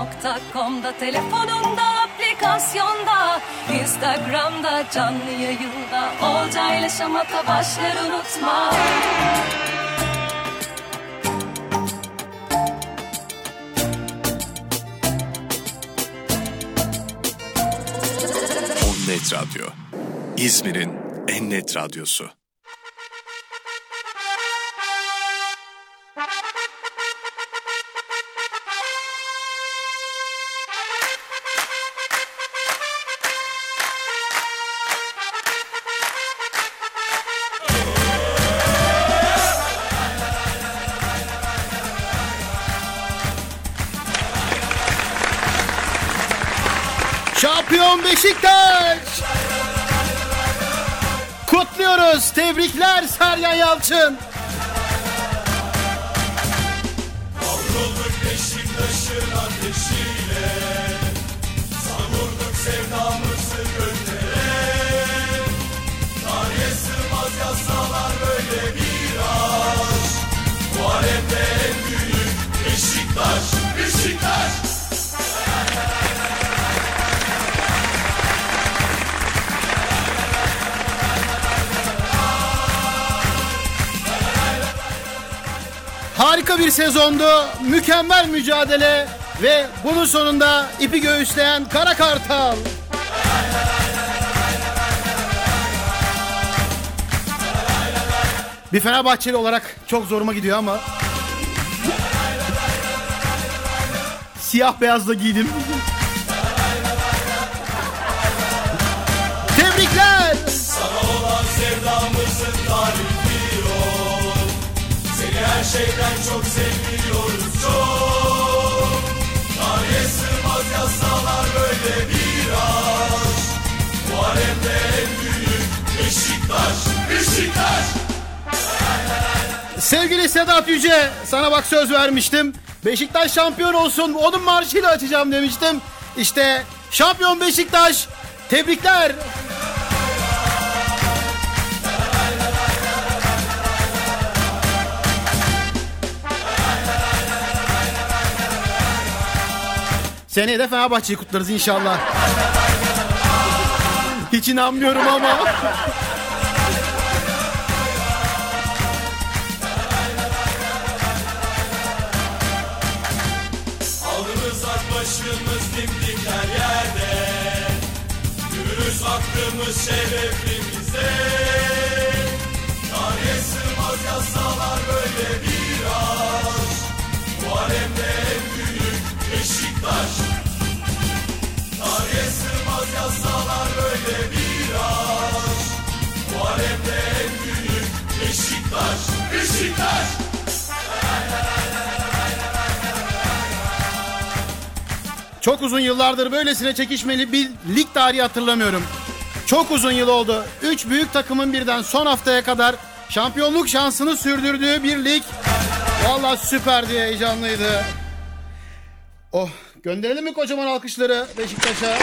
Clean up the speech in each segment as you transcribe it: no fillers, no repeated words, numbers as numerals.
Radyo.com'da, telefonunda, aplikasyonda, Instagram'da, canlı yayında, Olcayla Şamata başlar unutma. Net Radyo, İzmir'in en net radyosu. Şampiyon Beşiktaş! Kutluyoruz. Tebrikler Sergen Yalçın. Kavrulduk Beşiktaş'ın ateşiyle, savurduk sevdamızı gönlere. Tarihe sığmaz yasalar böyle bir aşk. Bu alemde en büyük Beşiktaş, Beşiktaş. Harika bir sezondu, mükemmel mücadele ve bunun sonunda ipi göğüsleyen Kara Kartal. Bir Fenerbahçeli olarak çok zoruma gidiyor ama siyah beyazla giydim. Tebrikler! Sana olan sevdamızın tarifi yok. Seni her şeyden çok seviyoruz çok. Tarihe sığmaz yasalar böyle bir aşk. Bu alemde en büyük Beşiktaş, Beşiktaş. Sevgili Sedat Yüce, sana bak söz vermiştim. Beşiktaş şampiyon olsun, onun marşıyla açacağım demiştim. İşte şampiyon Beşiktaş. Tebrikler. Seneye de Fenerbahçe'yi kutlarız inşallah. Hiç inanmıyorum ama. Alnımız ak, başımız dimdik her yerde. Yürürüz aklımız şerefimizde. Tarihe sığmaz yasalar böyle bir aşk. Bu alemde en büyük Beşiktaş. Tarihe sığmaz yasalar böyle bir aşk. Bu alemde en büyük Beşiktaş, Beşiktaş. Çok uzun yıllardır böylesine çekişmeli bir lig tarihi hatırlamıyorum. Çok uzun yıl oldu. 3 büyük takımın birden son haftaya kadar şampiyonluk şansını sürdürdüğü bir lig. Vallahi süperdi, heyecanlıydı. Oh, gönderelim mi kocaman alkışları Beşiktaş'a?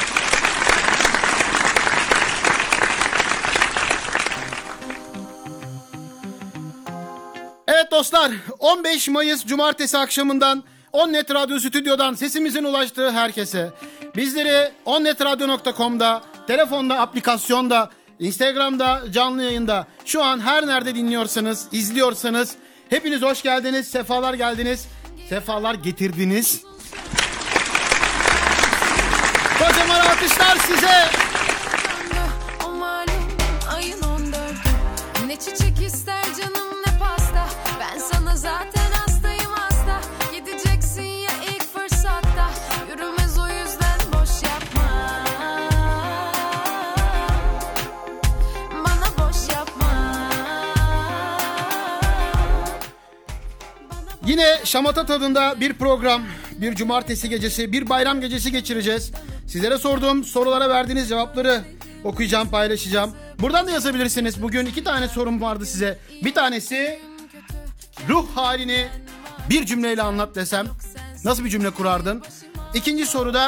Evet dostlar, 15 Mayıs Cumartesi akşamından Onnet Radyo Stüdyo'dan sesimizin ulaştığı herkese, bizleri onnetradyo.com'da, telefonda, aplikasyonda, Instagram'da, canlı yayında, şu an her nerede dinliyorsanız, izliyorsanız hepiniz hoş geldiniz, sefalar geldiniz, sefalar getirdiniz. Kocaman alkışlar size. O malum ayın 14'ü, ne çiçek ister canım ne pasta, ben sana zaten hastayım hasta, gideceksin ya ilk fırsatta, yürümez o yüzden boş yapma, bana boş yapma. Yine şamata tadında bir program, bir cumartesi gecesi, bir bayram gecesi geçireceğiz. Sizlere sorduğum sorulara verdiğiniz cevapları okuyacağım, paylaşacağım. Buradan da yazabilirsiniz. Bugün 2 tane sorum vardı size. Bir tanesi, ruh halini bir cümleyle anlat desem nasıl bir cümle kurardın? İkinci soruda,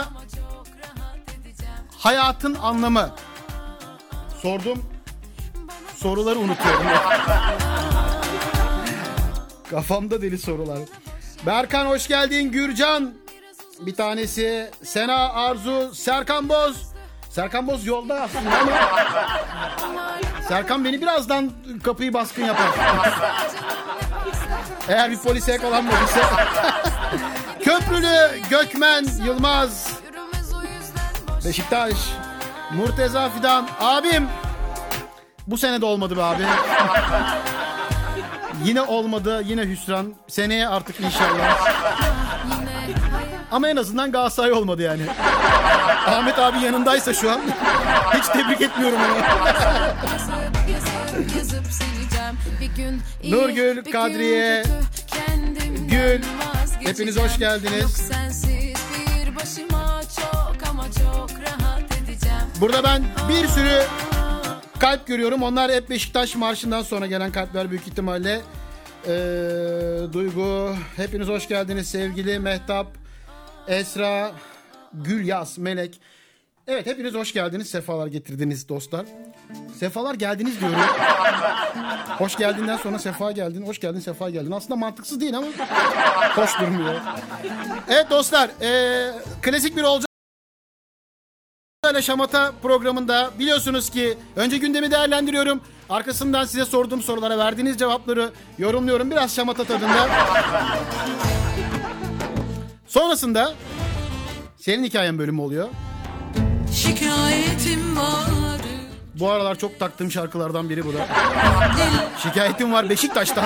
hayatın anlamı. Sordum, soruları unutuyorum. Kafamda deli sorular. Berkan hoş geldin. Gürcan Bir tanesi Sena Arzu, Serkan Boz. Serkan Boz yolda aslında ama Serkan beni birazdan kapıyı baskın yapar. Eğer bir polise yakalanmadıysa. Köprülü Gökmen Yılmaz, Beşiktaş. Murteza Fidan abim. Bu sene de olmadı be abi. Yine olmadı, yine hüsran. Seneye artık inşallah. Ama en azından Galatasaray olmadı yani. Ahmet abi yanındaysa şu an hiç tebrik etmiyorum onu. Nurgül, Kadriye, Gül, hepiniz hoş geldiniz. Burada ben bir sürü kalp görüyorum. Onlar hep Beşiktaş marşından sonra gelen kalpler büyük ihtimalle. Duygu, hepiniz hoş geldiniz. Sevgili Mehtap, Esra, Gülyaz, Melek. Evet, hepiniz hoş geldiniz. Sefalar getirdiniz dostlar. Sefalar geldiniz diyorum. Hoş geldiğinden sonra sefa geldin. Hoş geldin, sefa geldin. Aslında mantıksız değil ama hoş durmuyor. Evet dostlar, klasik bir olacak. Şamata programında biliyorsunuz ki önce gündemi değerlendiriyorum. Arkasından size sorduğum sorulara verdiğiniz cevapları yorumluyorum. Biraz şamata tadında. Sonrasında senin hikayen bölümü oluyor. Şikayetim var. Bu aralar çok taktığım şarkılardan biri bu da. Şikayetim var Beşiktaş'tan.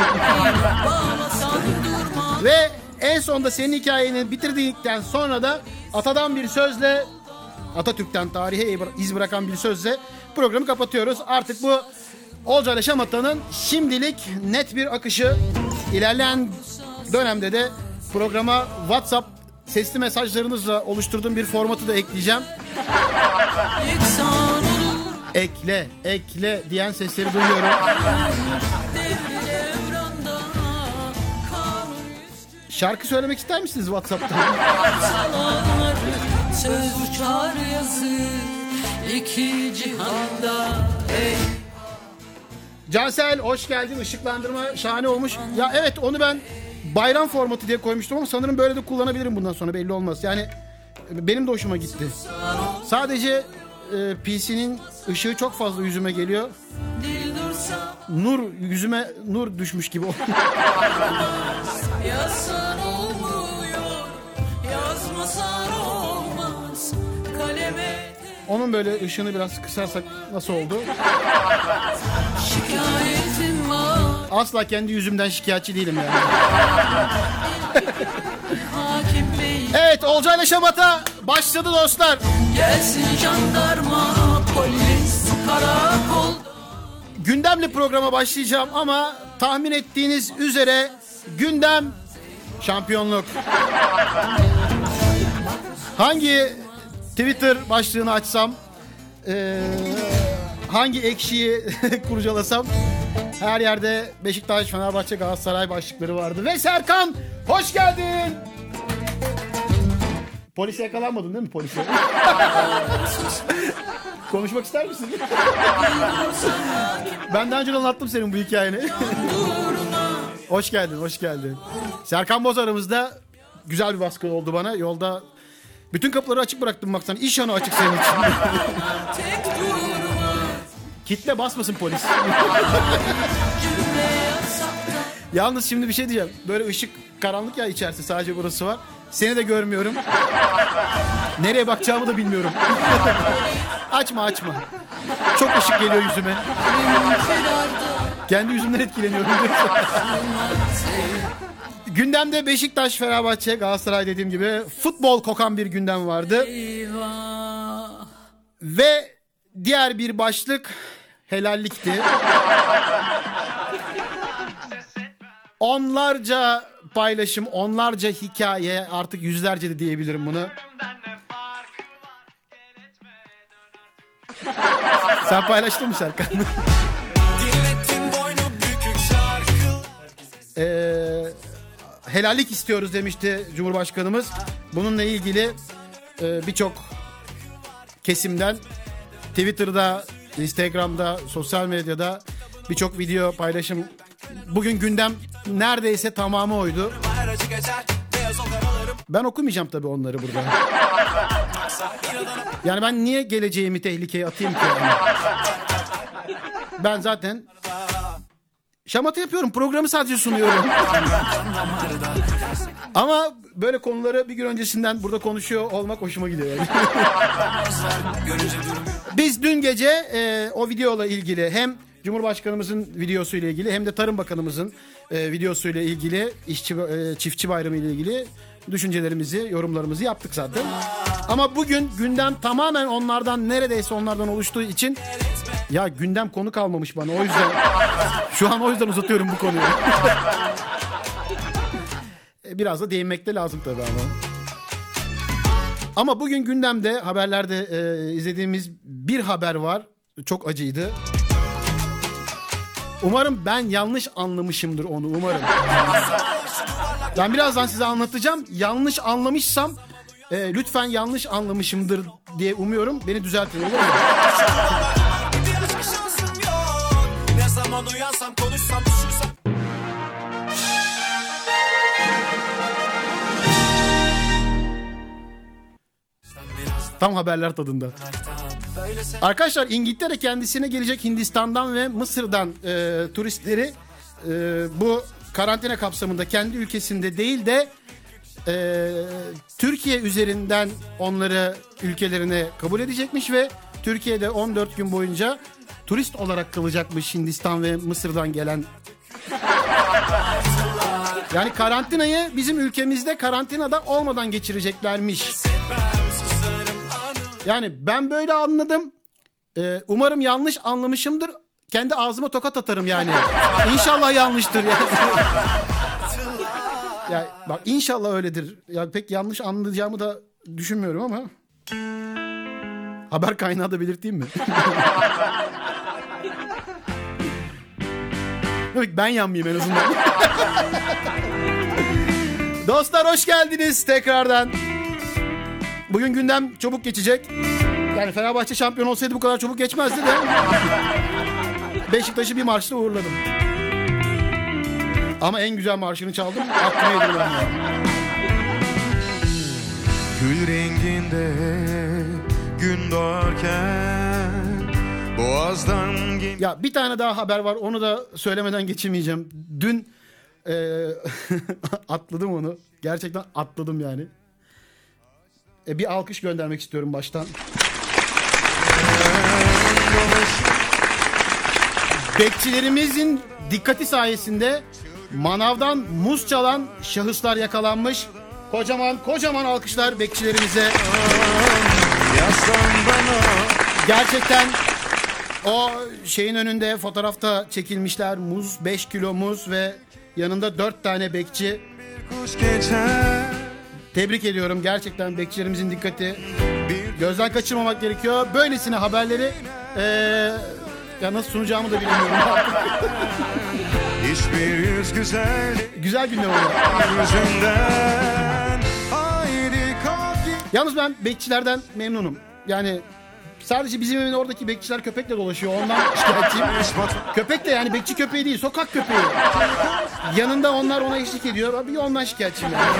Ve en sonunda senin hikayeni bitirdikten sonra da atadan bir sözle, Atatürk'ten tarihe iz bırakan bir sözle programı kapatıyoruz. Artık bu Olcay'la Şamata'nın şimdilik net bir akışı. İlerleyen dönemde de programa WhatsApp sesli mesajlarınızla oluşturduğum bir formatı da ekleyeceğim. Ekle diyen sesleri duyuyorum. Şarkı söylemek ister misiniz WhatsApp'ta? Söz uçar yazı iki cihanda. Cansel hoş geldin. Işıklandırma şahane olmuş. Ya evet, onu ben bayram formatı diye koymuştum ama sanırım böyle de kullanabilirim bundan sonra, belli olmaz. Yani benim de hoşuma gitti. Sadece PC'nin ışığı çok fazla yüzüme geliyor. Yüzüme nur düşmüş gibi oldu. Yazsan olmuyor, yazmasan olmaz. Kaleme Onun böyle ışığını biraz kısarsak nasıl oldu? şikayetim var. Asla kendi yüzümden şikayetçi değilim yani. Hakim bey Evet, Olcay'la Şamata başladı dostlar. gelsin, jandarma, polis, karakol. Gündemli programa başlayacağım ama tahmin ettiğiniz üzere gündem şampiyonluk. Hangi Twitter başlığını açsam, hangi ekşiyi kurcalasam her yerde Beşiktaş, Fenerbahçe, Galatasaray başlıkları vardı. Ve Serkan hoş geldin. Polise yakalanmadın değil mi, polise? Konuşmak ister misin? Ben daha önce anlattım senin bu hikayeni. Hoş geldin. Serkan Boz aramızda, güzel bir baskı oldu bana. Yolda bütün kapıları açık bıraktım bak sana. İş yanı açık senin için. Kitle basmasın polis. Yalnız şimdi bir şey diyeceğim. Böyle ışık, karanlık ya içerisi, sadece burası var. Seni de görmüyorum. Nereye bakacağımı da bilmiyorum. Açma. Çok ışık geliyor yüzüme. Kendi yüzümden etkileniyorum. Gündemde Beşiktaş, Fenerbahçe, Galatasaray, dediğim gibi futbol kokan bir gündem vardı. Ve diğer bir başlık helallikti. Onlarca paylaşım, onlarca hikaye, artık yüzlerce de diyebilirim bunu. Sen paylaştın mı Serkan? Helallik istiyoruz demişti Cumhurbaşkanımız. Bununla ilgili birçok kesimden Twitter'da, Instagram'da, sosyal medyada birçok video paylaşım. Bugün gündem neredeyse tamamı oydu. Ben okumayacağım tabii onları burada. Yani ben niye geleceğimi tehlikeye atayım ki yani? Ben zaten şamata yapıyorum. Programı sadece sunuyorum. Ama böyle konuları bir gün öncesinden burada konuşuyor olmak hoşuma gidiyor yani. Biz dün gece o videoyla ilgili hem Cumhurbaşkanımızın videosuyla ilgili hem de Tarım Bakanımızın videosuyla ilgili çiftçi bayramı ile ilgili düşüncelerimizi, yorumlarımızı yaptık zaten. Ama bugün gündem tamamen neredeyse onlardan oluştuğu için ya gündem konu kalmamış bana. O yüzden şu an uzatıyorum bu konuyu. Biraz da değinmek de lazım tabii ama. Ama bugün gündemde haberlerde izlediğimiz bir haber var. Çok acıydı. Umarım ben yanlış anlamışımdır onu, umarım. Ben birazdan size anlatacağım. Yanlış anlamışsam lütfen yanlış anlamışımdır diye umuyorum. Beni düzeltin, olur mu? Ne zaman uyansam konuşsam düşünsem. Tam haberler tadında. Arkadaşlar İngiltere kendisine gelecek Hindistan'dan ve Mısır'dan turistleri bu karantina kapsamında kendi ülkesinde değil de Türkiye üzerinden onları ülkelerine kabul edecekmiş ve Türkiye'de 14 gün boyunca turist olarak kalacakmış Hindistan ve Mısır'dan gelen. Yani karantinayı bizim ülkemizde karantinada olmadan geçireceklermiş. Yani ben böyle anladım. Umarım yanlış anlamışımdır. Kendi ağzıma tokat atarım yani. İnşallah yanlıştır yani. Ya bak inşallah öyledir. Ya pek yanlış anlayacağımı da düşünmüyorum ama. Haber kaynağı da belirteyim mi? Ben yanmayayım en azından. Dostlar hoş geldiniz tekrardan. Bugün gündem çabuk geçecek. Yani Fenerbahçe şampiyon olsaydı bu kadar çabuk geçmezdi de. Beşiktaş'ı bir marşla uğurladım. Ama en güzel marşını çaldım. Hakkını yedim ben. Gül renginde gün doğarken boğazdan... Ya bir tane daha haber var. Onu da söylemeden geçemeyeceğim. Dün atladım onu. Gerçekten atladım yani. Bir alkış göndermek istiyorum baştan. Bekçilerimizin dikkati sayesinde manavdan muz çalan şahıslar yakalanmış. Kocaman alkışlar bekçilerimize. Gerçekten o şeyin önünde fotoğrafta çekilmişler. Muz, 5 kilo muz ve yanında 4 tane bekçi. Tebrik ediyorum. Gerçekten bekçilerimizin dikkati. Gözden kaçırmamak gerekiyor. Böylesine haberleri ya nasıl sunacağımı da bilmiyorum. Hiçbir yüz güzel. Güzel gündem oldu. Yalnız ben bekçilerden memnunum. Yani sadece bizim evin oradaki bekçiler köpekle dolaşıyor. Ondan şikayetçiyim. Köpek de yani bekçi köpeği değil, sokak köpeği. Yanında onlar ona eşlik ediyor. Bir ondan şikayetçiyim yani.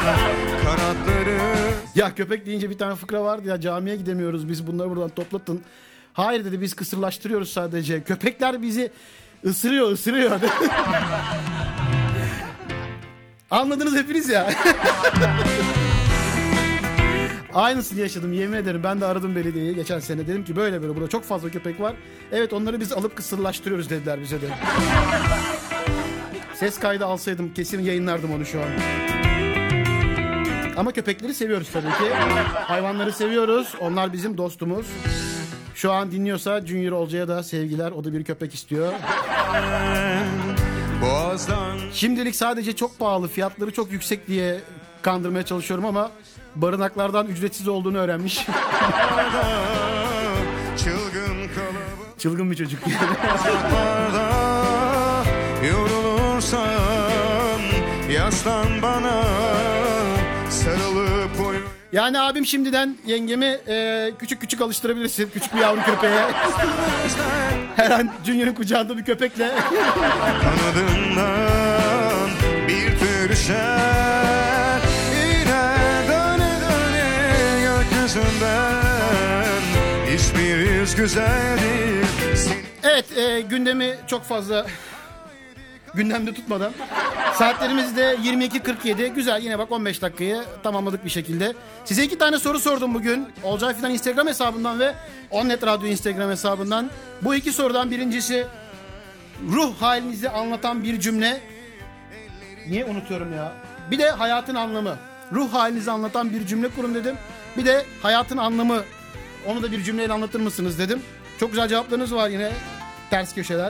Ya köpek deyince bir tane fıkra vardı ya, camiye gidemiyoruz biz, bunları buradan toplatın. Hayır dedi, biz kısırlaştırıyoruz sadece. Köpekler bizi ısırıyor. Anladınız hepiniz ya. Aynısını yaşadım, yemin ederim. Ben de aradım belediyeyi geçen sene. Dedim ki böyle burada çok fazla köpek var. Evet, onları biz alıp kısırlaştırıyoruz dediler bize de. Ses kaydı alsaydım kesin yayınlardım onu şu an. Ama köpekleri seviyoruz tabii ki. Hayvanları seviyoruz. Onlar bizim dostumuz. Şu an dinliyorsa Junior Olcay'a da sevgiler. O da bir köpek istiyor. Şimdilik sadece çok pahalı, fiyatları çok yüksek diye kandırmaya çalışıyorum ama barınaklardan ücretsiz olduğunu öğrenmiş. Çılgın bir çocuk. Yorulursan yaslan bana, sarılıp oyun. Yani abim şimdiden yengemi küçük alıştırabilirsin. Küçük bir yavru köpeğe. Her an Junior'ın kucağında bir köpekle. Kanadından bir tür şer yüz güzeldir. Evet, gündemi çok fazla gündemde tutmadan. Saatlerimiz de 22.47. Güzel, yine bak 15 dakikayı tamamladık bir şekilde. Size 2 tane soru sordum bugün. Olcay Fidan Instagram hesabından ve Onnet Radyo Instagram hesabından. Bu 2 sorudan birincisi ruh halinizi anlatan bir cümle. Niye unutuyorum ya? Bir de hayatın anlamı. Ruh halinizi anlatan bir cümle kurun dedim. Bir de hayatın anlamı. Onu da bir cümleyle anlatır mısınız dedim. Çok güzel cevaplarınız var yine. Ters köşeler.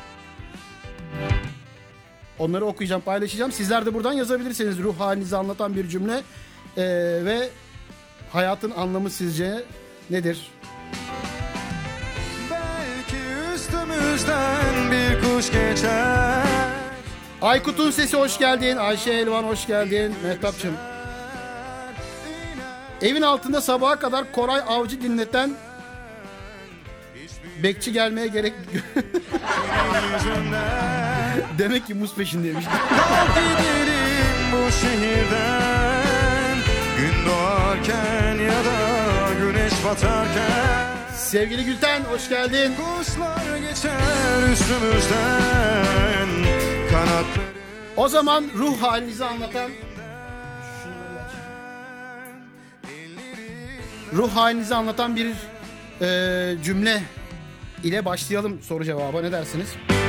Onları okuyacağım, paylaşacağım. Sizler de buradan yazabilirsiniz. Ruh halinizi anlatan bir cümle. Ve hayatın anlamı sizce nedir? Belki üstümüzden bir kuş geçer. Aykut'un sesi hoş geldin. Ayşe Elvan hoş geldin. Mehtapçığım. Evin altında sabaha kadar Koray Avcı dinleten bekçi gelmeye gerek... Demek ki muz peşindeymiş. Gidelim bu şehirden, gün doğarken ya da güneş batarken. Sevgili Gülten hoş geldin. Kuşlar geçer üstümüzden, kanatları. O zaman ruh halinizi anlatan bir cümle ile başlayalım soru cevaba. Ne dersiniz?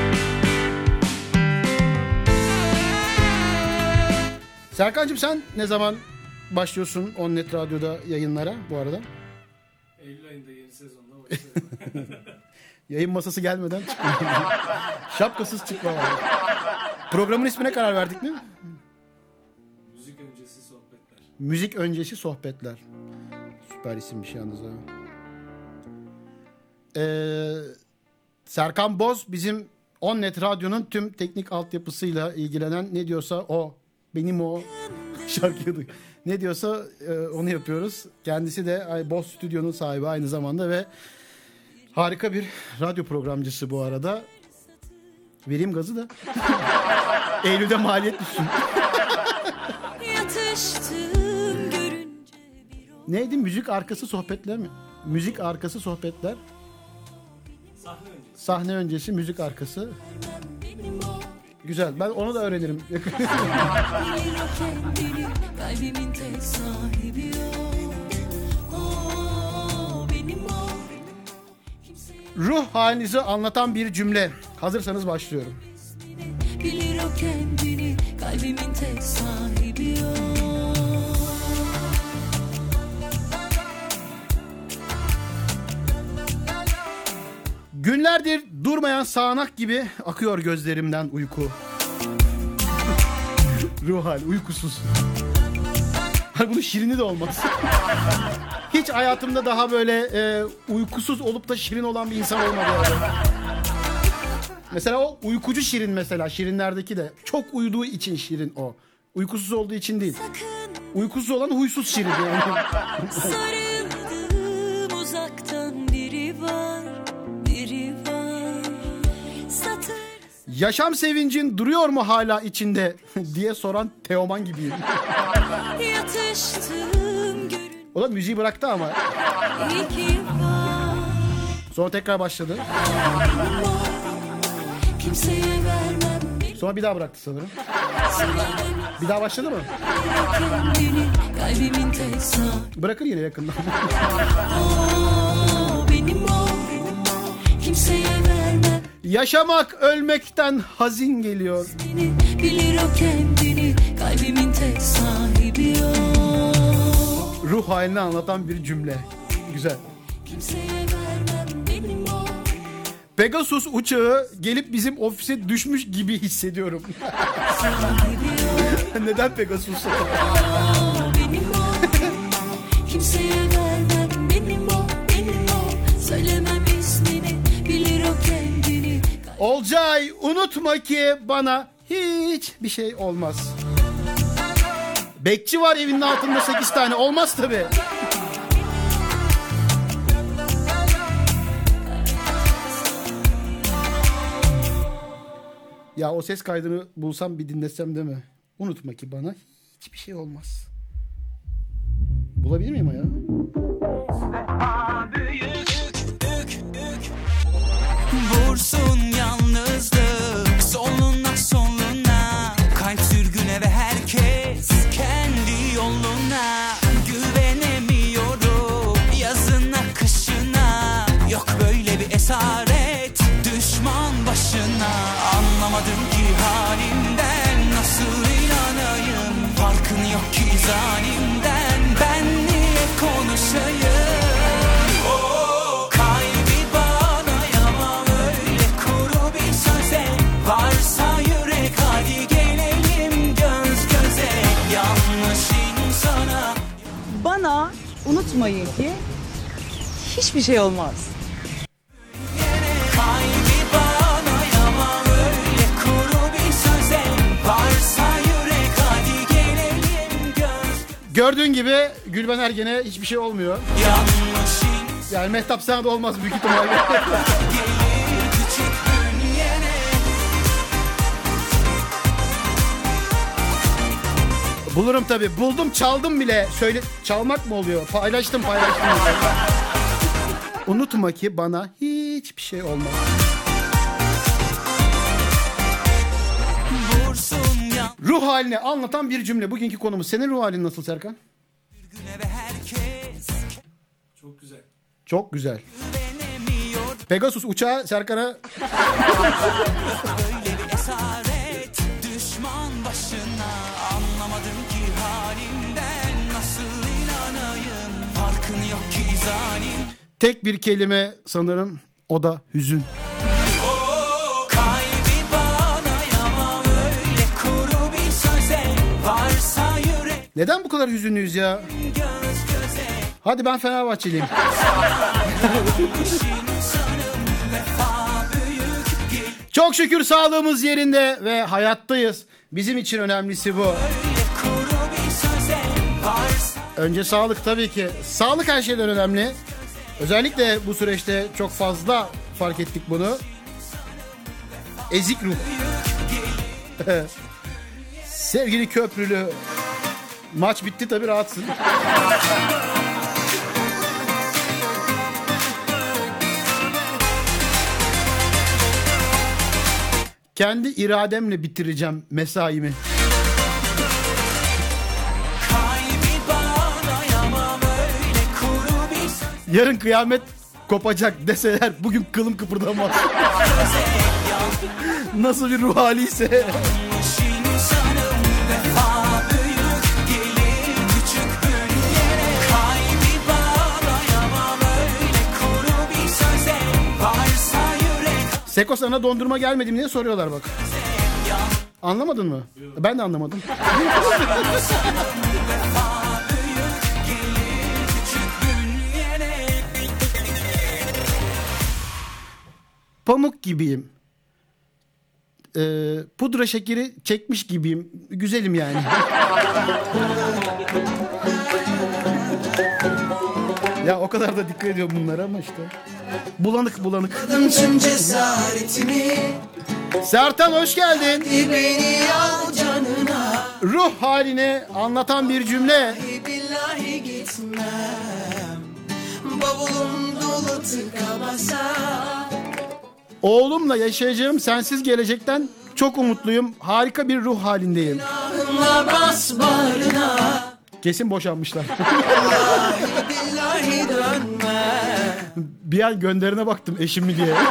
Serkan'cığım sen ne zaman başlıyorsun Onnet Radyo'da yayınlara bu arada? Eylül ayında yeni sezonda başlayalım. Yayın masası gelmeden çıkma. Şapkasız çıkma var. Programın ismine karar verdik mi? Müzik öncesi sohbetler. Müzik öncesi sohbetler. Süper isimmiş yalnız ha. Serkan Boz bizim Onnet Radyo'nun tüm teknik altyapısıyla ilgilenen, ne diyorsa o. Benim o şarkıyı duy. Ne diyorsa onu yapıyoruz. Kendisi de Boz Stüdyo'nun sahibi aynı zamanda ve harika bir radyo programcısı bu arada. Vereyim gazı da. Eylül'de maliyet düşsün. Neydi? Müzik arkası sohbetler mi? Müzik arkası sohbetler. Sahne öncesi müzik arkası. Güzel. Ben onu da öğrenirim. Ruh halinizi anlatan bir cümle. Hazırsanız başlıyorum. Bilir o kendini, kalbimin tek sahibi o. Günlerdir durmayan sağanak gibi akıyor gözlerimden uyku. Ruh hal, uykusuz. Bunun şirini de olmaz. Hiç hayatımda daha böyle uykusuz olup da şirin olan bir insan olmadı. Yani. Mesela o uykucu şirin mesela. Şirinlerdeki de. Çok uyuduğu için şirin o. Uykusuz olduğu için değil. Uykusuz olan huysuz şirin. Yani. Sarıldım uzaktan biri var, biri var. Yaşam sevincin duruyor mu hala içinde diye soran Teoman gibiyim. O da müziği bıraktı ama. Sonra tekrar başladı. Sonra bir daha bıraktı sanırım. Bir daha başladı mı? Bırakır yine yakında. Yaşamak ölmekten hazin geliyor. Bilir o kendini, kalbimin tek sahibi o. Ruh halini anlatan bir cümle. Güzel. Pegasus uçağı gelip bizim ofise düşmüş gibi hissediyorum. Neden Pegasus? Benim o. Kimseye vermem, benim o, benim o. Söylemem ismini, bilir o kendini. Olcay unutma ki bana hiçbir şey olmaz. Bekçi var evinin altında 8 tane. Olmaz tabii. Ya o ses kaydını bulsam bir dinlesem değil mi? Unutma ki bana hiçbir şey olmaz. Bulabilir miyim ya? Büyük Anlamadım ki halimden nasıl inanayım. Farkın yok ki zalimden, ben niye konuşayım? Kalbi bağlayamam öyle kuru bir söze. Varsa yürek hadi gelelim göz göze. Yanlış insana. Bana unutmayın ki hiçbir şey olmaz. Kalbi bağlayamam öyle kuru bir söze. Varsa yürek hadi gelelim göz. Gördüğün gibi Gülben Ergen'e hiçbir şey olmuyor. Yanlış Yani Mehtap sana da olmaz büyük ihtimalle. gelir küçük bünyene. Bulurum tabii. Buldum, çaldım bile. Söyle, çalmak mı oluyor? Paylaştım. Unutma ki bana hiçbir şey olmaz. Vursun ya Ruh halini anlatan bir cümle. Bugünkü konumuz. Senin ruh halin nasıl Serkan? güne ve herkes Çok güzel. Çok güzel. güvenemiyor. Pegasus uçağı Serkan'a... Böyle bir esaret düşman başına. Anlamadım ki halimden nasıl inanayım. Farkın yok ki zalim. Tek bir kelime sanırım. O da hüzün. Kalbi bağlayamam öyle kuru bir söze. Varsa yürek Neden bu kadar hüzünlüyüz ya? göz göze. Hadi ben Fenerbahçeliyim. İnsanım vefa büyük gel. Çok şükür sağlığımız yerinde ve hayattayız. Bizim için önemlisi bu. Öyle kuru bir söze. Varsa Önce sağlık tabii ki. Sağlık her şeyden önemli. Özellikle bu süreçte çok fazla fark ettik bunu. Ezik ruh. Sevgili Köprülü. Maç bitti tabii, rahatsın. Kendi irademle bitireceğim mesaimi. kalbi bağlayamam öyle kuru bir söze. Yarın kıyamet kopacak deseler bugün kılım kıpırdamaz. Nasıl bir ruh haliyse. İnsanım vefa büyük gelir küçük bünyene. Kalbi bağlayamam öyle kuru bir söze. Varsa yürek Seko sana dondurma gelmedi mi diye soruyorlar bak. Anlamadın mı? Ben de anlamadım. Pamuk gibiyim. Pudra şekeri çekmiş gibiyim. Güzelim yani. Ya o kadar da dikkat ediyorum bunlara ama işte. Bulanık. tüm cesaretini Sertan hoş geldin. beni al canına. Ruh halini anlatan bir cümle. Billahi gitmem. Bavulum dolu tıka basa. Oğlumla yaşayacağım sensiz gelecekten çok umutluyum. Harika bir ruh halindeyim. Ahımla bas bağrına. Kesin boşanmışlar. Billahi dönme. Bir an gönderine baktım eşim mi diye.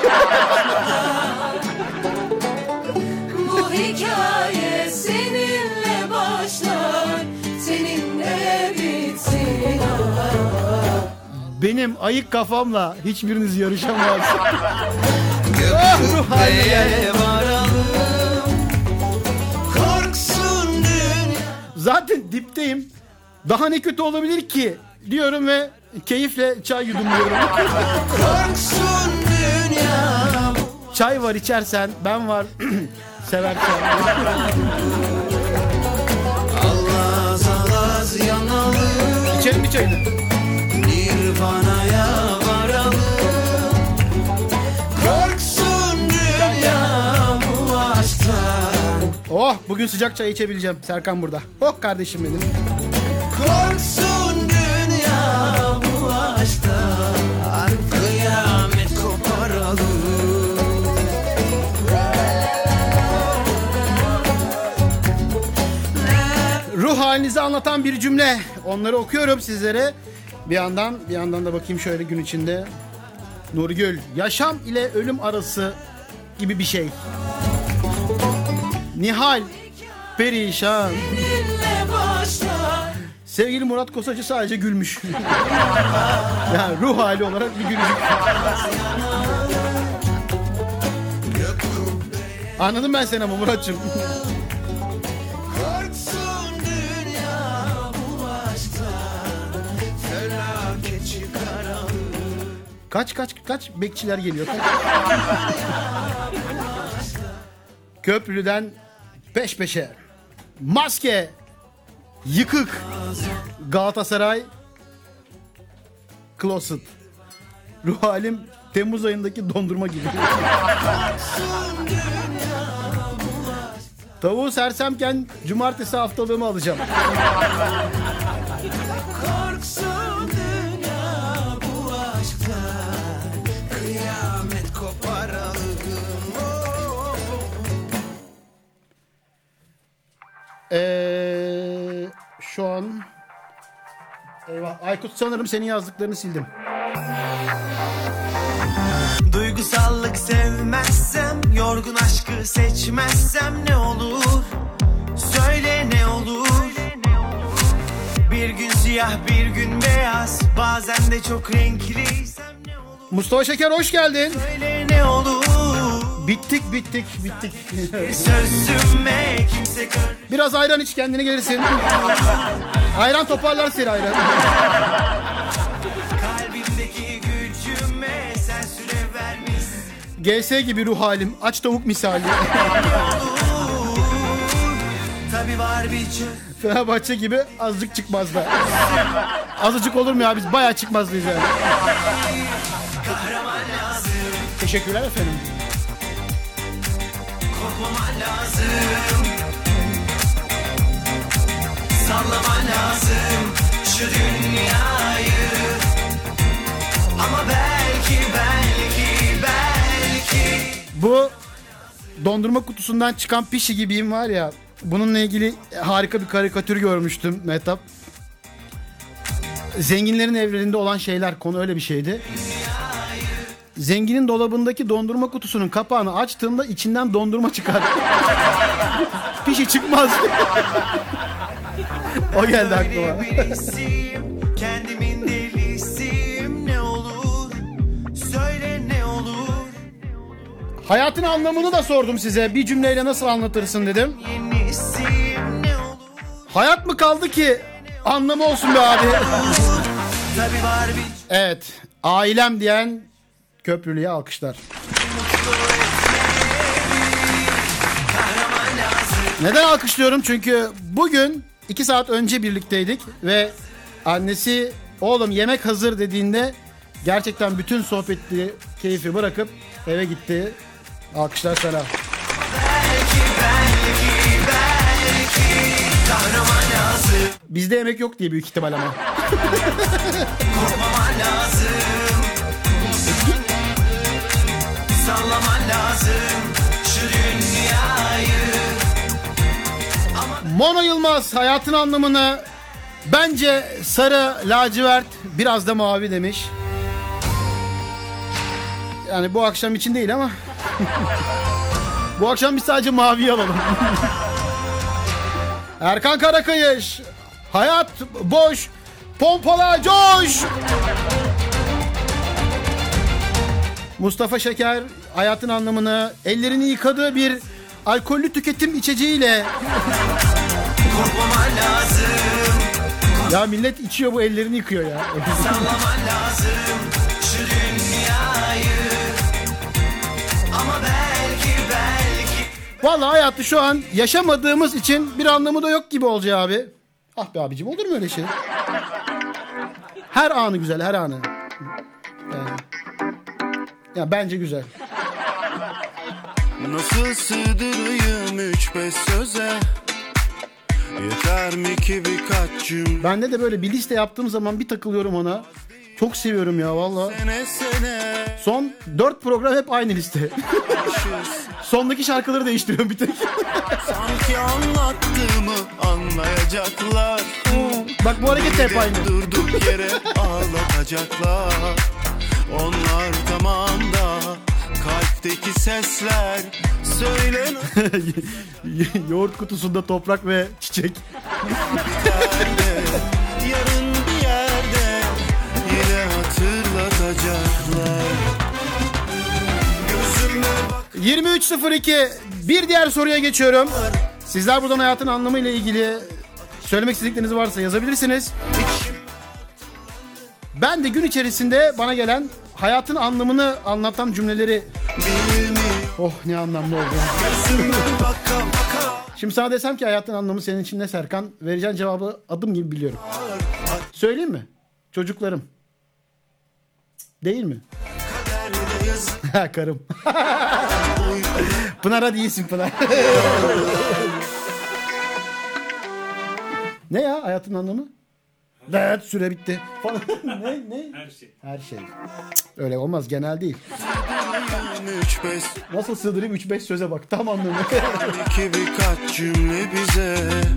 Bu hikaye seninle başlar, seninle bitsin. Benim ayık kafamla hiçbiriniz yarışamaz. Ruh haline gel. Korksun dünya. Zaten dipteyim. Daha ne kötü olabilir ki diyorum ve keyifle çay yudumluyorum. Korksun dünya. Çay var içersen, ben var seversen. Alaz yanalım. İçelim mi çayını? Nirvana'ya varalım. Korksun dünya bu aşktan. Oh, bugün sıcak çay içebileceğim. Serkan burada. Oh kardeşim benim. Korksun dünya bu aşktan. Kıyamet koparalım. Ruh halinizi anlatan bir cümle. Onları okuyorum sizlere. Bir yandan da bakayım şöyle gün içinde. Nurgül, yaşam ile ölüm arası gibi bir şey. Nihal perişan. Sevgili Murat Kosacı sadece gülmüş. Yani ruh hali olarak bir gülücük. Anladım ben seni ama Murat'cığım. Kaç bekçiler geliyor. Köprüden peş peşe. Maske. Yıkık. Galatasaray. Closet. Ruh halim Temmuz ayındaki dondurma gibi. Tavuğu sersemken cumartesi haftalığımı alacağım. Korksun dünya bu aşktan, kıyamet koparalım. Şu an eyvah, Aykut sanırım senin yazdıklarını sildim. Duygusallık sevmezsem, yorgun aşkı seçmezsem ne olur? Söyle ne olur? Bir gün siyah bir gün beyaz, bazen de çok renkliysem ne olur? Mustafa Şeker hoş geldin. Söyle ne olur? Bittik. Sözüme kimse gör. Biraz ayran iç kendine gelirsin. Ayran toparlar seni ayran. Kalbimdeki gücüme sen süre vermişsin. GS gibi ruh halim. Aç tavuk misali. Tabii var bir çöz. Fenerbahçe gibi azıcık çıkmazlar. Azıcık olur mu ya, biz bayağı çıkmazlıyız yani. Kahraman lazım. Teşekkürler efendim. Korkmaman lazım. Sallaman lazım şu dünyayı. Ama belki Bu dondurma kutusundan çıkan pişi gibiyim var ya. Bununla ilgili harika bir karikatür görmüştüm Mehtap. Zenginlerin evlerinde olan şeyler, konu öyle bir şeydi. Zenginin dolabındaki dondurma kutusunun kapağını açtığında içinden dondurma çıkar. Pişi çıkmaz. O geldi aklıma. kendimin delisiyim, ne olur söyle ne olur. Hayatın anlamını da sordum size. Bir cümleyle nasıl anlatırsın dedim. Yenisiyim, ne olur. Hayat mı kaldı ki anlamı olsun be abi. Tabii var bir Evet, ailem diyen Köprülü'ye alkışlar. Neden alkışlıyorum? Çünkü bugün 2 saat önce birlikteydik ve annesi oğlum yemek hazır dediğinde gerçekten bütün sohbetli keyfi bırakıp eve gitti. Alkışlar sana. Bizde yemek yok diye büyük ihtimal ama. korkmaman lazım. Sallaman lazım şu dünyayı. Mono Yılmaz hayatın anlamını bence sarı, lacivert, biraz da mavi demiş. Yani bu akşam için değil ama bu akşam biz sadece maviyi alalım. Erkan Karakayış, hayat boş, pompala coş. Mustafa Şeker hayatın anlamını ellerini yıkadığı bir alkollü tüketim içeceğiyle. Korkmaman lazım. Ya millet içiyor, bu ellerini yıkıyor ya. Sallaman lazım şu dünyayı. Ama belki Vallahi hayatı şu an yaşamadığımız için bir anlamı da yok gibi olacak abi. Ah be abicim, olur mu öyle şey? Her anı güzel, her anı. Yani. Ya bence güzel. Nasıl sığdırayım 3-5 söze? Yeter mi ki birkaç cümle? Bende de böyle bir liste yaptığım zaman bir takılıyorum ona. Çok seviyorum ya vallahi. Sene Son 4 program hep aynı liste. Sondaki şarkıları değiştiriyorum bir tek. sanki anlattığımı anlayacaklar. Bak bu hareket hep aynı. Durduk yere ağlatacaklar. Onlar tamam da Kalpteki sesler söyle Yoğurt kutusunda toprak ve çiçek. nerede? Yarın bir yerde yine hatırlatacaklar. Gözüme bak. 23.02 bir diğer soruya geçiyorum. Sizler buradan hayatın anlamı ile ilgili söylemek istedikleriniz varsa yazabilirsiniz. Ben de gün içerisinde bana gelen hayatın anlamını anlatan cümleleri... Oh ne anlamlı oldu. Şimdi sana desem ki hayatın anlamı senin için ne Serkan? Vereceğin cevabı adım gibi biliyorum. Söyleyeyim mi? Çocuklarım. Değil mi? Karım. Pınar hadi iyisin Pınar. Ne ya hayatın anlamı? Evet süre bitti. ne? Her şey. Her şey. Öyle olmaz genel değil. 3-5 Nasıl sığdırayım 3-5 söze bak tam anlamı. iki birkaç cümle bize.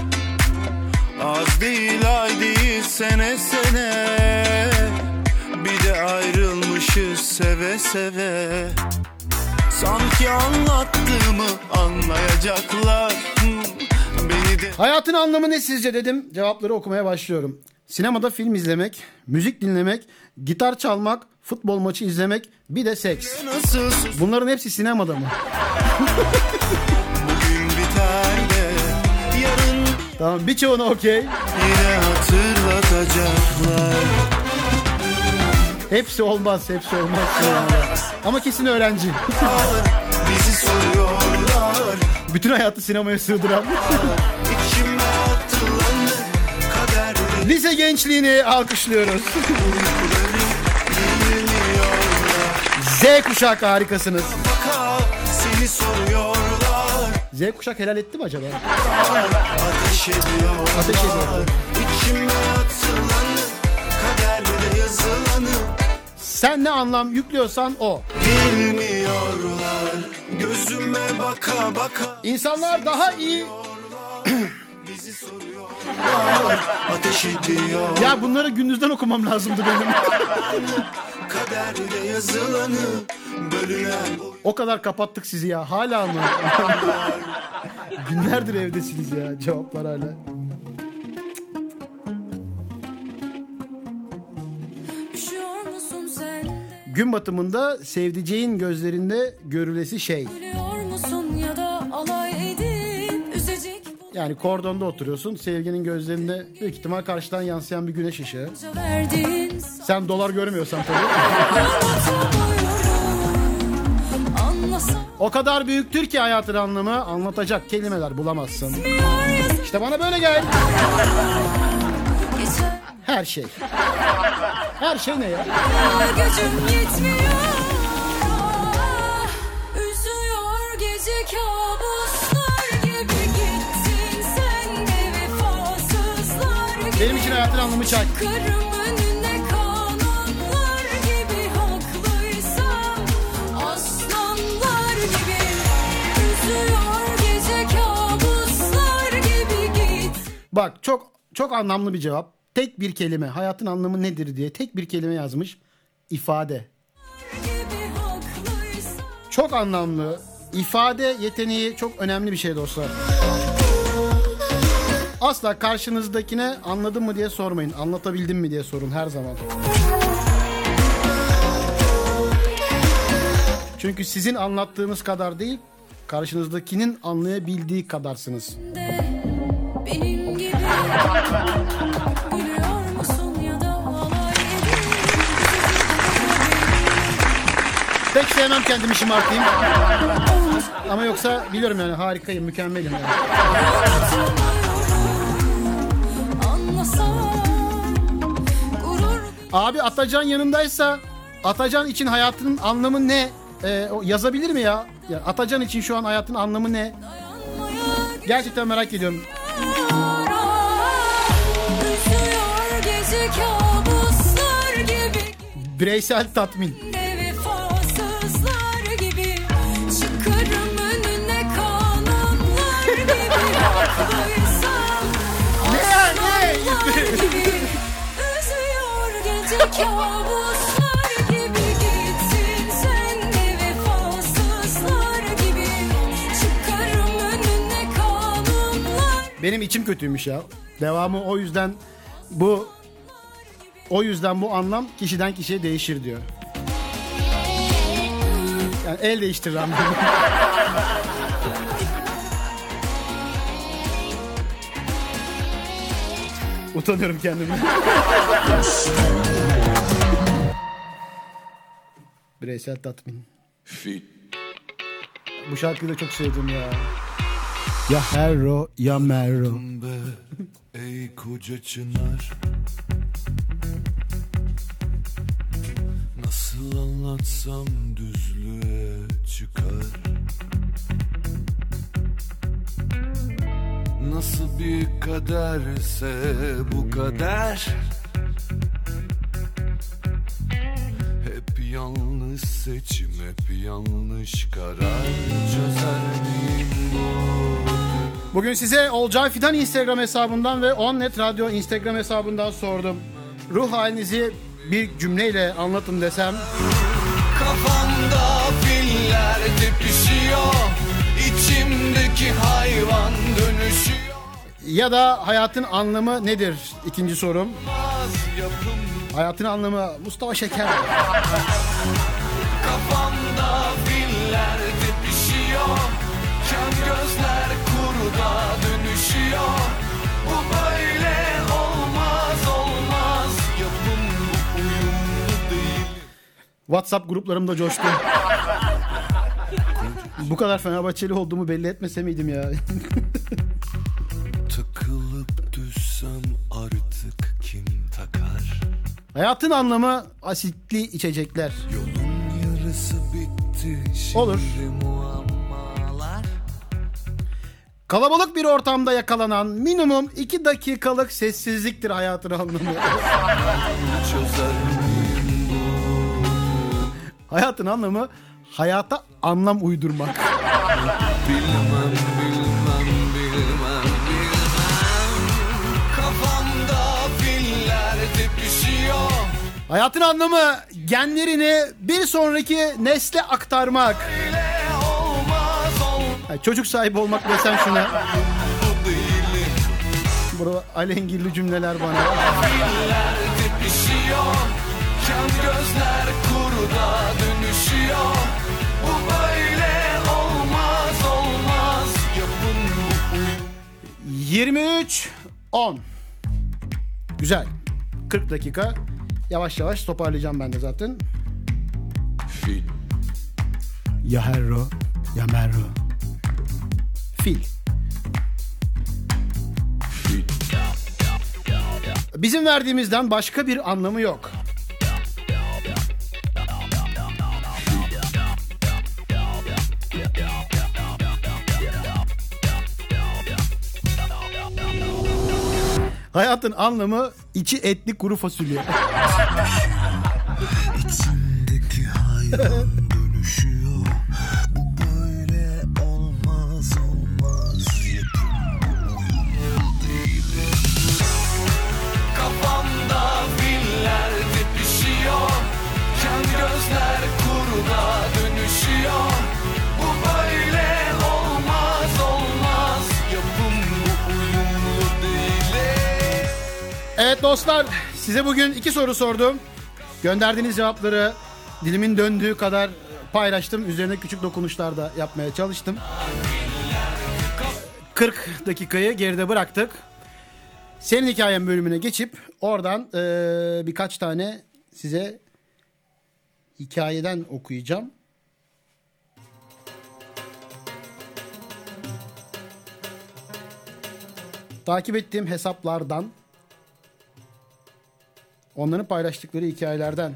Az değil ay değil sene sene. Bir de ayrılmışız seve seve. Sanki anlattığımı anlayacaklar. Beni de Hayatın anlamı ne sizce dedim. Cevapları okumaya başlıyorum. Sinemada film izlemek, müzik dinlemek, gitar çalmak, futbol maçı izlemek, bir de seks. nasıl Bunların hepsi sinemada mı? bugün biter de yarın Tamam birçoğuna okey. yine hatırlatacaklar. Hepsi olmaz. Ama kesin öğrenci. Bizi soruyorlar. Bütün hayatı sinemaya sığdıran. İçime atılan kader Lise gençliğini alkışlıyoruz. Z kuşak harikasınız. seni soruyorlar. Z kuşak helal etti mi acaba? Ateş ediyorlar. Ateş ediyor. İçime atılan kaderde yazılanı Sen ne anlam yüklüyorsan o. bilmiyorlar. Gözüme baka baka İnsanlar daha iyi... bizi soruyorlar. Ateş ediyor. Ya bunları gündüzden okumam lazımdı benim. Kaderde yazılanı bölünen O kadar kapattık sizi ya. Hala mı? Günlerdir evdesiniz ya. Cevaplar hala. Üşüyor musun sen de? Gün batımında sevdiceğin gözlerinde görülesi şey. Gülüyor musun ya da alay edip üzecek Yani kordonda oturuyorsun. Sevginin gözlerinde büyük ihtimal karşıdan yansıyan bir güneş ışığı. bunca verdiğin Sen dolar görmüyorsan tabii. anlasam O kadar büyüktür ki hayatın anlamı anlatacak kelimeler bulamazsın. İşte bana böyle gel. geçer Her şey. Her şey ne ya? gücüm yetmiyor. Üzüyor gece kabuslar gibi gittin sen de vefasızlar gibi. Benim için hayatın anlamı çay. Çıkarım önüne kanunlar gibi haklıysam aslanlar gibi. Üzüyor gece kabuslar gibi git. Bak çok anlamlı bir cevap. Tek bir kelime. Hayatın anlamı nedir diye tek bir kelime yazmış. İfade. Gibi haklıysam Çok anlamlı. İfade yeteneği çok önemli bir şey dostlar. Asla karşınızdakine anladın mı diye sormayın. Anlatabildim mi diye sorun her zaman. Çünkü sizin anlattığınız kadar değil, karşınızdakinin anlayabildiği kadarsınız. benim gibi gülüyor musun ya da alay edip Pek sevmem kendimi şımartayım. Ama yoksa biliyorum yani harikayım, mükemmelim yani. anlasam gurur Abi Atacan yanındaysa Atacan için hayatının anlamı ne? O yazabilir mi ya? Ya Atacan için şu an hayatın anlamı ne? Gerçekten merak ediyorum. üzüyor gece kabuslar gibi Bireysel tatmin. ne vefasızlar gibi. Çıkarım önüne kanunlar gibi haklıysam aslanlar gibi. Üzüyor gece kabuslar gibi gitsin sen de vefasızlar benim içim kötüymüş ya. Devamı o yüzden bu anlam kişiden kişiye değişir diyor. Yani el değiştirir anlamı. Utanıyorum kendimden. Bireysel tatmin. Bu şarkıyı da çok sevdim ya. Ya Herro ya Merro. Be, ey koca çınar, nasıl anlatsam düzlüğe çıkar. Nasıl bir kaderse bu kader, hep yanlış seçim, hep yanlış karar. Çözer miyim bu? Bugün size Olcay Fidan Instagram hesabından ve OnNet Radyo Instagram hesabından sordum. Ruh halinizi bir cümleyle anlatın desem. Kafamda filler tepişiyor, içimdeki hayvan dönüşüyor. Ya da hayatın anlamı nedir? İkinci sorum. Hayatın anlamı Mustafa Şeker. Kafamda filler tepişiyor, kan gözler kuruda dönüşüyor. Bu böyle olmaz olmaz, yapım bu uyumlu değil. WhatsApp gruplarımda coştu. Bu kadar Fenerbahçeli olduğumu belli etmese miydim ya? Takılıp düşsem artık kim takar? Hayatın anlamı asitli içecekler. Yolun yarısı bitti, şimdi olur. Muammalar. Kalabalık bir ortamda yakalanan minimum 2 dakikalık sessizliktir hayatın anlamı. Çözer miyim bu? Hayatın anlamı hayata anlam uydurmak. Bilmem. Kafamda filler tepişiyor. Hayatın anlamı genlerini bir sonraki nesle aktarmak. Yani çocuk sahibi olmak desen şuna. Burada alengirli cümleler bana. Filler tepişiyor, kan gözler kuruda dönüşüyor. Bu böyle olmaz yapın bu 23-10. Güzel. 40 dakika. Yavaş yavaş toparlayacağım ben de zaten. Ya Herro ya Merro. Fil. Bizim verdiğimizden başka bir anlamı yok. Hayatın anlamı içi etli kuru fasulye. İçimdeki hayvan dönüşüyor. Bu böyle olmaz kafamda filler tepişiyor, kan gözler kuruda dönüşüyor. Bu böyle olmaz yapım bu uyumlu değil. Evet dostlar, size bugün 2 soru sordum. Gönderdiğiniz cevapları dilimin döndüğü kadar paylaştım. Üzerine küçük dokunuşlar da yapmaya çalıştım. 40 dakikayı geride bıraktık. Senin hikayen bölümüne geçip oradan birkaç tane size hikayeden okuyacağım. Takip ettiğim hesaplardan, onların paylaştıkları hikayelerden.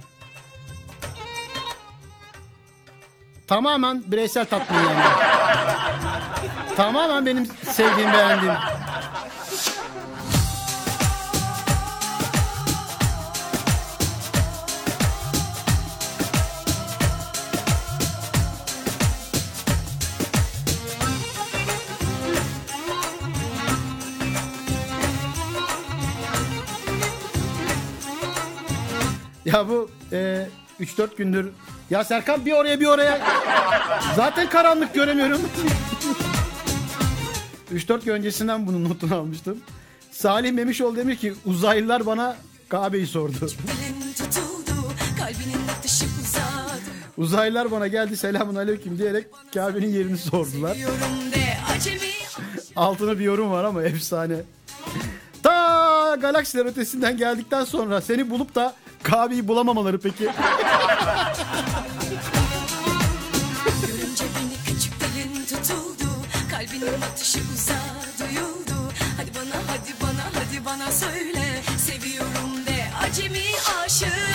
Tamamen bireysel tatmin yani. Tamamen benim sevdiğim, beğendiğim. Ya bu 3-4 gündür... Ya Serkan bir oraya bir oraya. Zaten karanlık, göremiyorum. 3-4 gün öncesinden bunun notunu almıştım. Salih Memişoğlu demiş ki uzaylılar bana Kabe'yi sordu. Uzaylılar bana geldi selamun aleyküm diyerek Kabe'nin yerini sordular. Altına bir yorum var ama efsane. Ta galaksiler ötesinden geldikten sonra seni bulup da Kabe'yi bulamamaları peki? Görünce beni küçük dilin tutuldu. Kalbinin atışı uzağa duyuldu. Hadi bana hadi bana hadi bana söyle. Seviyorum de acemi aşık.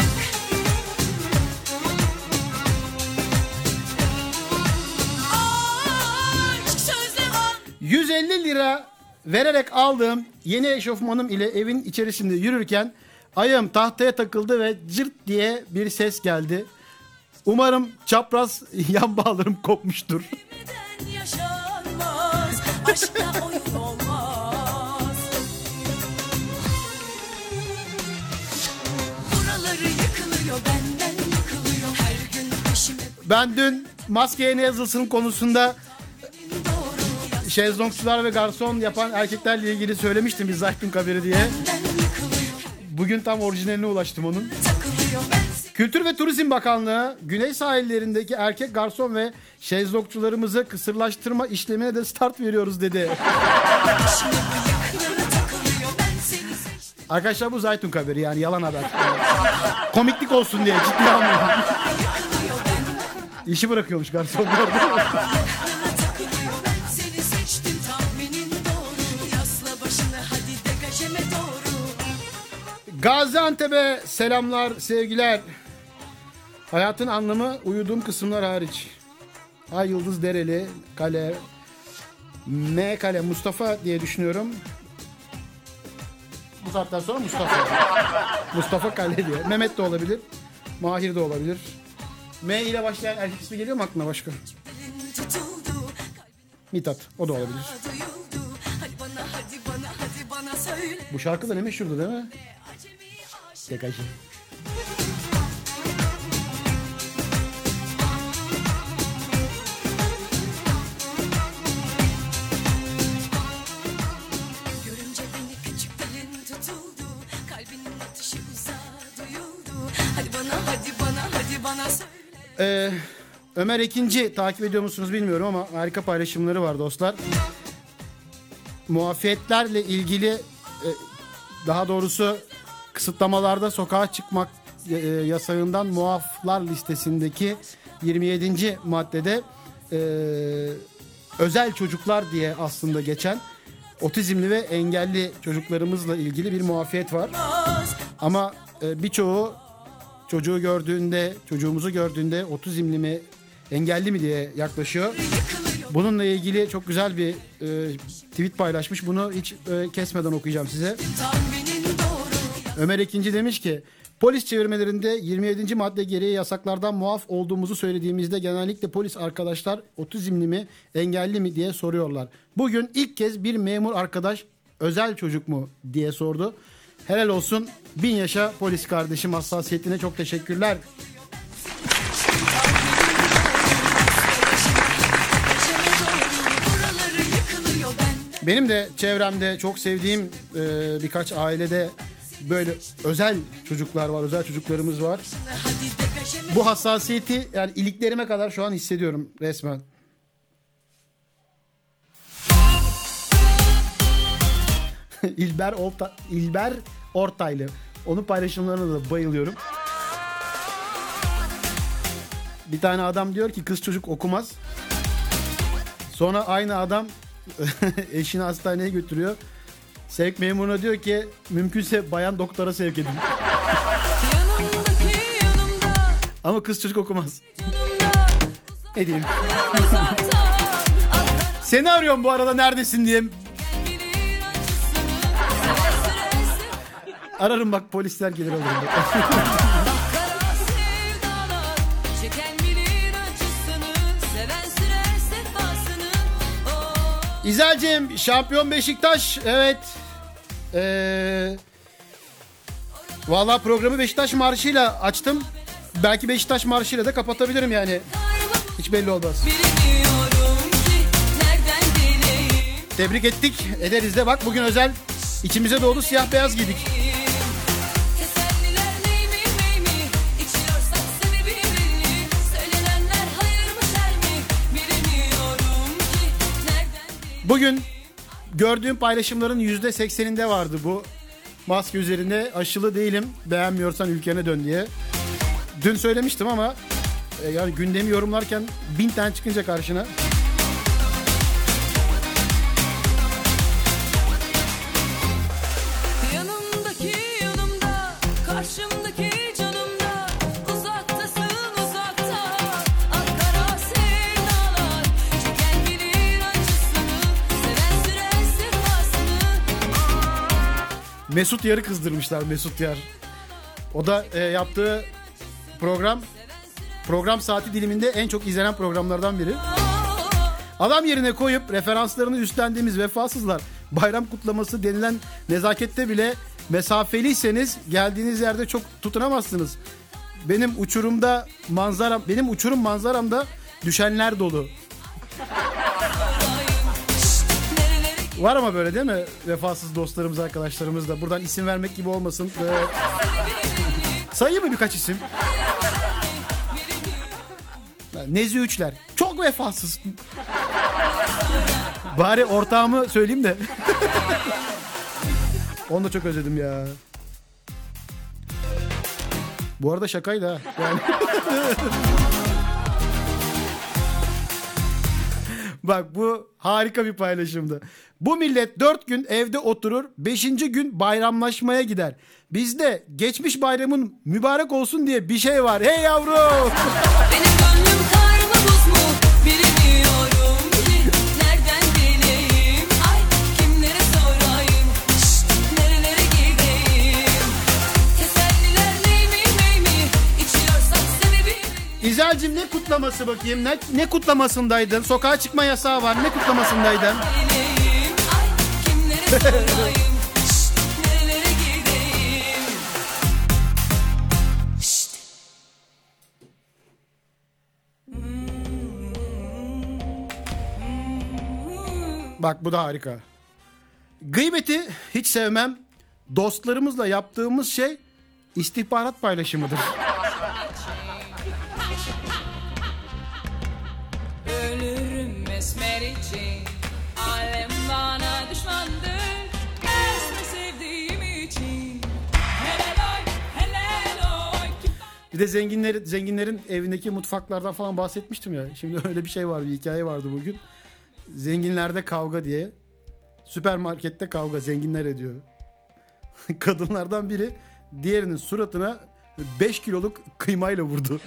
150 lira vererek aldığım yeni eşofmanım ile evin içerisinde yürürken ayağım tahtaya takıldı ve cırt diye bir ses geldi. Umarım çapraz yan bağlarım kopmuştur. Yaşanmaz, aşkta oyun olmaz. Buraları yıkılıyor, benden yıkılıyor. Her gün peşime Ben dün maskeye ne yazılsın konusunda şezlongçular ve garson yapan erkeklerle ilgili söylemiştim bir Zaytun haberi diye. Bugün tam orijinaline ulaştım onun. Kültür ve Turizm Bakanlığı Güney sahillerindeki erkek garson ve şezlongçularımızı kısırlaştırma işlemine de start veriyoruz dedi. Arkadaşlar bu Zaytun haberi yani yalan haber. Komiklik olsun diye ciddi almıyorum. İşi bırakıyormuş garsonlar. Gaziantep'e selamlar, sevgiler. Hayatın anlamı uyuduğum kısımlar hariç. Ay Yıldız Dereli, Kale, M Kale, Mustafa diye düşünüyorum. Bu saatten sonra Mustafa. Mustafa Kale diyor. Mehmet de olabilir, Mahir de olabilir. M ile başlayan erkek ismi geliyor mu aklına başka? Mithat, o da olabilir. Bu şarkı da ne meşhurdu değil mi? Tekacı. görünce beni küçük dilin tutuldu. Kalbinin atışı uzağa duyuldu. Hadi bana söyle. Ömer Ekinci takip ediyor musunuz bilmiyorum ama harika paylaşımları var dostlar. Muafiyetlerle ilgili daha doğrusu kısıtlamalarda sokağa çıkmak yasağından muaflar listesindeki 27. maddede özel çocuklar diye aslında geçen otizmli ve engelli çocuklarımızla ilgili bir muafiyet var. Ama birçoğu çocuğumuzu gördüğünde otizmli mi engelli mi diye yaklaşıyor. Bununla ilgili çok güzel bir tweet paylaşmış. Bunu hiç kesmeden okuyacağım size. Ömer Ekinci demiş ki polis çevirmelerinde 27. madde gereği yasaklardan muaf olduğumuzu söylediğimizde genellikle polis arkadaşlar otizmli mi engelli mi diye soruyorlar. Bugün ilk kez bir memur arkadaş özel çocuk mu diye sordu. Helal olsun 1000 yaşa polis kardeşim, hassasiyetine çok teşekkürler. Benim de çevremde çok sevdiğim birkaç ailede böyle özel çocuklar var, özel çocuklarımız var. Bu hassasiyeti yani iliklerime kadar şu an hissediyorum resmen. İlber Ortaylı. Onun paylaşımlarına da bayılıyorum. Bir tane adam diyor ki kız çocuk okumaz. Sonra aynı adam eşini hastaneye götürüyor. Sevk memuruna diyor ki mümkünse bayan doktora sevk edin. Ama kız çocuk okumaz. Ne diyeyim? Seni arıyorum bu arada neredesin diye. Ararım bak polisler gelir alırım. İzelciğim şampiyon Beşiktaş evet. Vallahi programı Beşiktaş marşıyla açtım. Belki Beşiktaş marşıyla da kapatabilirim yani. Hiç belli olmaz. Tebrik ettik. Ederiz de bak bugün özel içimize doğdu siyah beyaz giydik. Bugün gördüğüm paylaşımların %80'inde vardı bu maske üzerinde aşılı değilim, beğenmiyorsan ülkene dön diye. Dün söylemiştim ama yani gündemi yorumlarken 1000 tane çıkınca karşına. Yanımdaki yanımda, karşımdaki canımda, uzaktasın uzakta, Ankara sevdalar, çeken bilir acısını, seven sürer sefasını. Mesut Yar'ı kızdırmışlar, Mesut Yar. O da yaptığı program saati diliminde en çok izlenen programlardan biri. Adam yerine koyup referanslarını üstlendiğimiz vefasızlar, bayram kutlaması denilen nezakette bile mesafeliyseniz geldiğiniz yerde çok tutunamazsınız. Benim uçurum manzaramda düşenler dolu. Var ama böyle değil mi? Vefasız dostlarımız, arkadaşlarımız da. Buradan isim vermek gibi olmasın. Sayayım mı birkaç isim? Nezi Üçler. Çok vefasız. Bari ortağımı söyleyeyim de. Onu da çok özledim ya. Bu arada şakaydı ha. Yani. Bak bu harika bir paylaşımdı. Bu millet 4 gün evde oturur, 5. gün bayramlaşmaya gider. Bizde geçmiş bayramın mübarek olsun diye bir şey var. Hey yavrum! Benim gönlüm kar mı buz mu bilmiyorum ki, nereden bileyim, ay kimlere sorayım, nerelere gideyim, teselliler ney mi, içiyorsak sebebi. İzelcim ne kutlaması bakayım? Ne kutlamasındaydın? Sokağa çıkma yasağı var. Ne kutlamasındaydın? Bileyim, ay kimlere sorayım, nerelere gideyim. Bak bu da harika. Gıybeti hiç sevmem. Dostlarımızla yaptığımız şey istihbarat paylaşımıdır. Ölürüm esmer için, alem bana düşmandır, esmer sevdiğim için. Helal oy, helal oy. Bir de zenginlerin evindeki mutfaklardan falan bahsetmiştim ya. Şimdi öyle bir şey var, bir hikaye vardı bugün. Zenginlerde kavga diye. Süpermarkette kavga, zenginler ediyor. Kadınlardan biri diğerinin suratına 5 kiloluk kıymayla vurdu.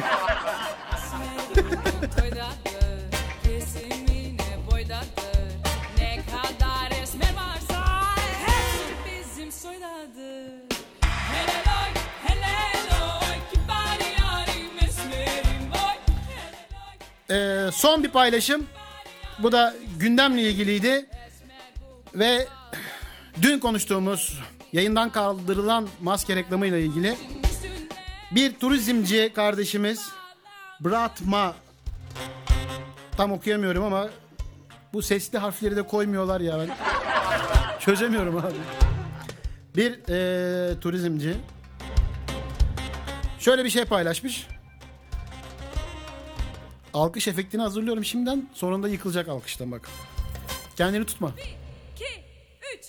Kesimine boydadır, ne kadar esmer varsa hepsi bizim soydadır. Helal oy, helal oy, kibar yarim esmerim oy. Son bir paylaşım. Bu da gündemle ilgiliydi. Ve dün konuştuğumuz yayından kaldırılan maske reklamıyla ilgili bir turizmci kardeşimiz Bratma, tam okuyamıyorum ama bu sesli harfleri de koymuyorlar ya, ben çözemiyorum abi. Bir turizmci şöyle bir şey paylaşmış. Alkış efektini hazırlıyorum şimdiden, sonunda yıkılacak alkıştan bak. Kendini tutma. 2, 3,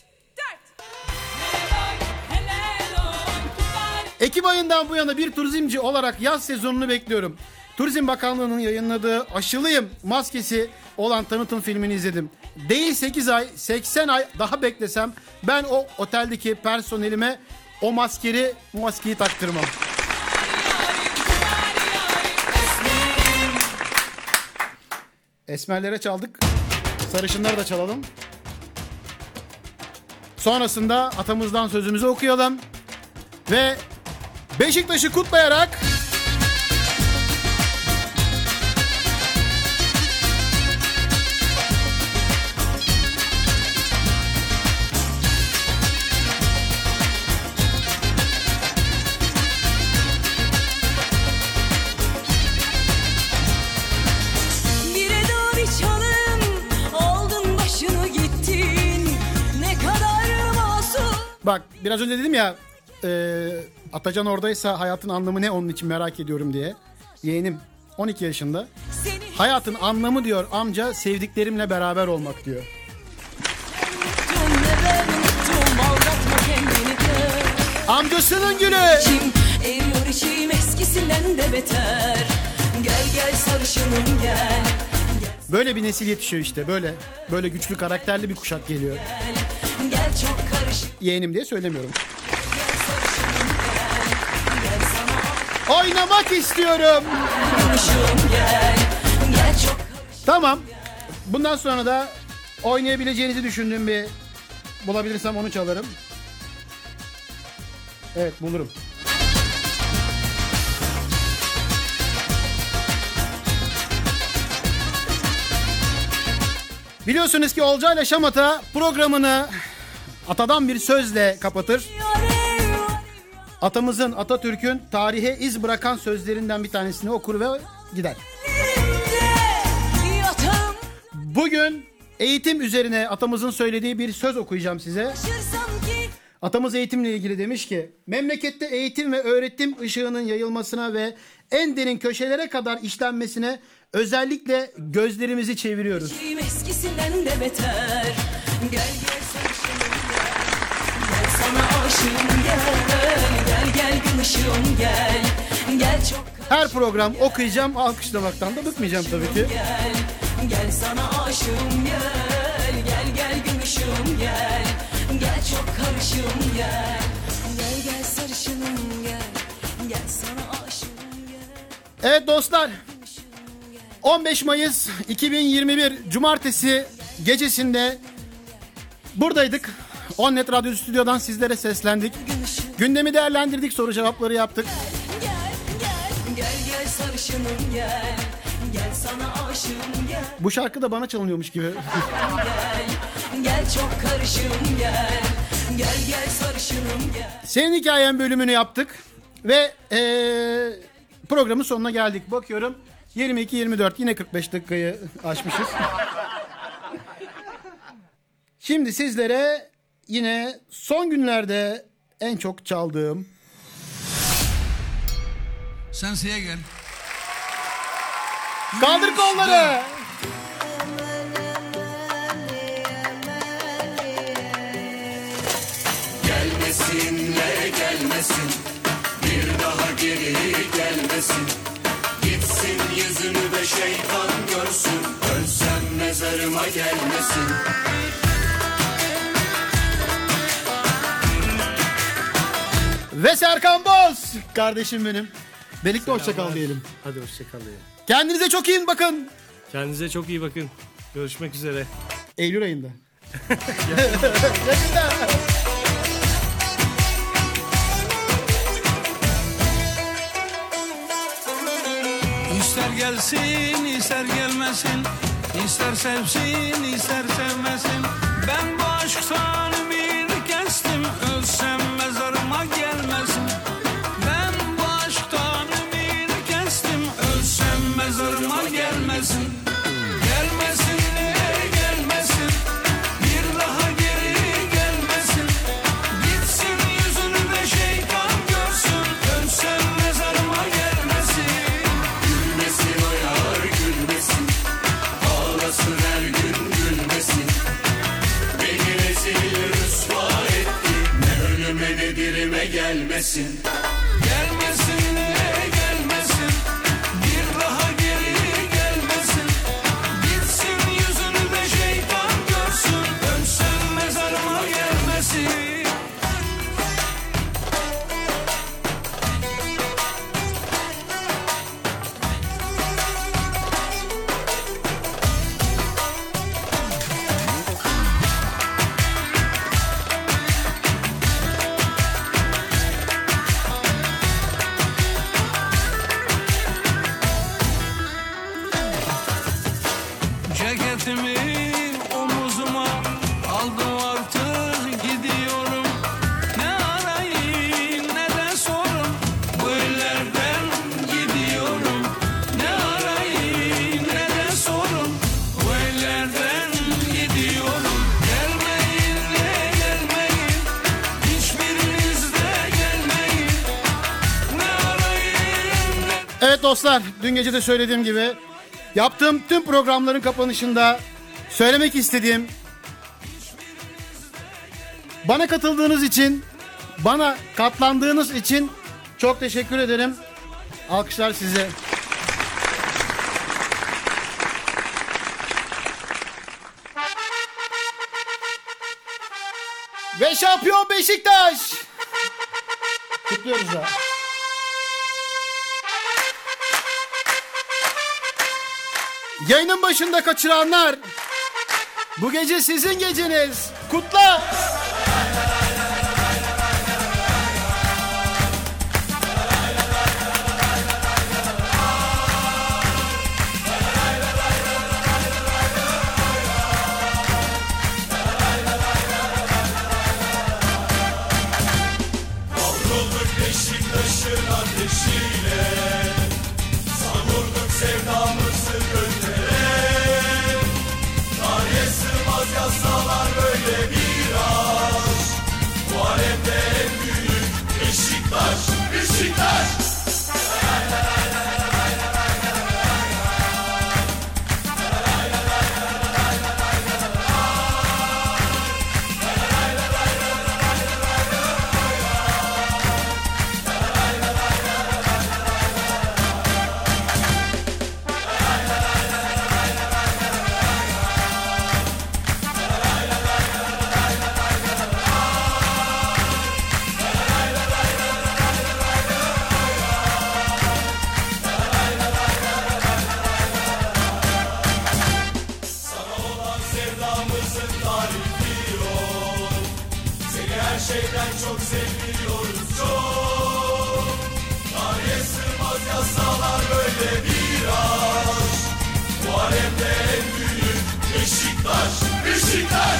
4. Ekim ayından bu yana bir turizmci olarak yaz sezonunu bekliyorum. Turizm Bakanlığı'nın yayınladığı Aşılıyım maskesi olan tanıtım filmini izledim. Değil 8 ay, 80 ay daha beklesem ben o oteldeki personelime o maskeyi taktırmam. Esmerlere çaldık. Sarışınları da çalalım. Sonrasında atamızdan sözümüzü okuyalım. Ve Beşiktaş'ı kutlayarak Bire doğru çalım, oldun başını gittin. Bak biraz önce dedim ya Atacan oradaysa hayatın anlamı ne onun için merak ediyorum diye. Yeğenim 12 yaşında. Hayatın anlamı diyor amca sevdiklerimle beraber olmak diyor. Amcasının gülü. Eriyor içim eskisinden de beter. Gel gel sarışınım gel. Böyle bir nesil yetişiyor işte. Böyle güçlü karakterli bir kuşak geliyor. Gel çok karışık. Yeğenim diye söylemiyorum. Oynamak istiyorum. Gel. Gel çok. Tamam. Bundan sonra da oynayabileceğinizi düşündüğüm bir bulabilirsem onu çalarım. Evet bulurum. Biliyorsunuz ki Olcay ile Şamata programını atadan bir sözle kapatır. Atamızın, Atatürk'ün tarihe iz bırakan sözlerinden bir tanesini okur ve gider. Bugün eğitim üzerine atamızın söylediği bir söz okuyacağım size. Atamız eğitimle ilgili demiş ki, memlekette eğitim ve öğretim ışığının yayılmasına ve en derin köşelere kadar işlenmesine özellikle gözlerimizi çeviriyoruz. Eskisinden de beter. Gel gel sarışınım gel. Gel sana aşığım gel gün ışığım gel. Gel çok. Her program okuyacağım, alkışlamaktan da bıkmayacağım tabii ki. Gel sana aşığım gel gün ışığım gel. Gel çok karışığım gel. Gel sarışınım gel. Gel sana aşığım gel. Evet dostlar, 15 Mayıs 2021 Cumartesi gecesinde buradaydık. OnNet Radyo Stüdyo'dan sizlere seslendik. Gündemi değerlendirdik, soru cevapları yaptık. Gel sarışınım gel. Gel sana aşığım gel. Bu şarkı da bana çalınıyormuş gibi. Gel çok karışığım gel. Gel sarışınım gel. Senin hikayen bölümünü yaptık ve programın sonuna geldik. Bakıyorum 22-24 yine 45 dakikayı aşmışız. Şimdi sizlere yine son günlerde en çok çaldığım... Sensiye gel. Kaldır kolları. Gelmesinler gelmesin, bir daha geri gelmesin. Gitsin yüzünü de şeytan görsün, ölsem mezarıma gelmesin. Ve Serkan Boz kardeşim benim. Birlikte hoşça kal diyelim. Hadi hoşça kal diyelim. Kendinize çok iyi bakın. Kendinize çok iyi bakın. Görüşmek üzere. Eylül ayında. İster gelsin, ister gelmesin, ister sevsin, ister sevmesin. Ben bu aşktan ümidi kestim, ölsem mezarıma gelmesin. Ben bu aşktan ümidi kestim, ölsem mezarıma gelmesin. Gelmesin nereye gelmesin, bir daha geri gelmesin. Gitsin yüzünü de şeytan görsün, ölsem mezarıma gelmesin. Gülmesin o yar gülmesin, ağlasın her gün gülmesin. Beni rezil rüsva etti, ne ölüme ne dirime gelmesin. Gelmesin nereye gelmesin, bir daha geri gelmesin. Gitsin yüzünü de şeytan görsün, ölsem mezarıma gelmesin. Evet dostlar, dün gece de söylediğim gibi yaptığım tüm programların kapanışında söylemek istediğim, bana katıldığınız için, bana katlandığınız için çok teşekkür ederim. Alkışlar size. Ve şampiyon Beşiktaş. Kutluyoruz da. Yayının başında kaçıranlar, bu gece sizin geceniz. Kutla. Kavrulduk Beşiktaş'ın ateşiyle, savurduk sevdamızı gönlere. Tarihe sığmaz yazsalar böyle bir aşk, bu alemde en büyük Beşiktaş, Beşiktaş. Şeyden çok seviyoruz çok. Tarihe sığmaz yasalar böyle bir aşk, bu alemde en büyük Beşiktaş, Beşiktaş.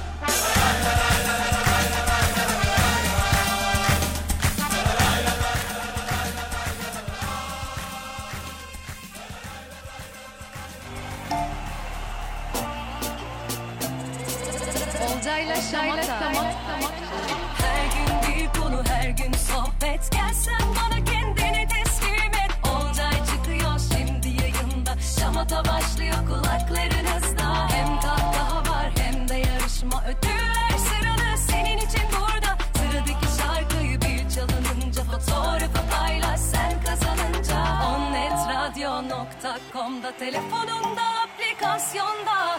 Olcayla Şamata. Her gün bir konu, her gün sohbet. Gelsen bana kendini teslim et. Olcay çıkıyor şimdi yayında. Şamata başlıyor kulaklarınızda. Hem kahkaha var hem de yarışma. Ödüller sıralı senin için burada. Sıradaki şarkıyı bir çalınınca, fotoğrafı paylaş sen kazanınca. onnetradio.com'da, telefonunda, aplikasyonda,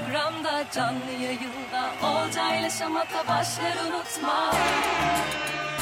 Instagram'da, canlı yayında. Olcayla Şamata başlar, unutma.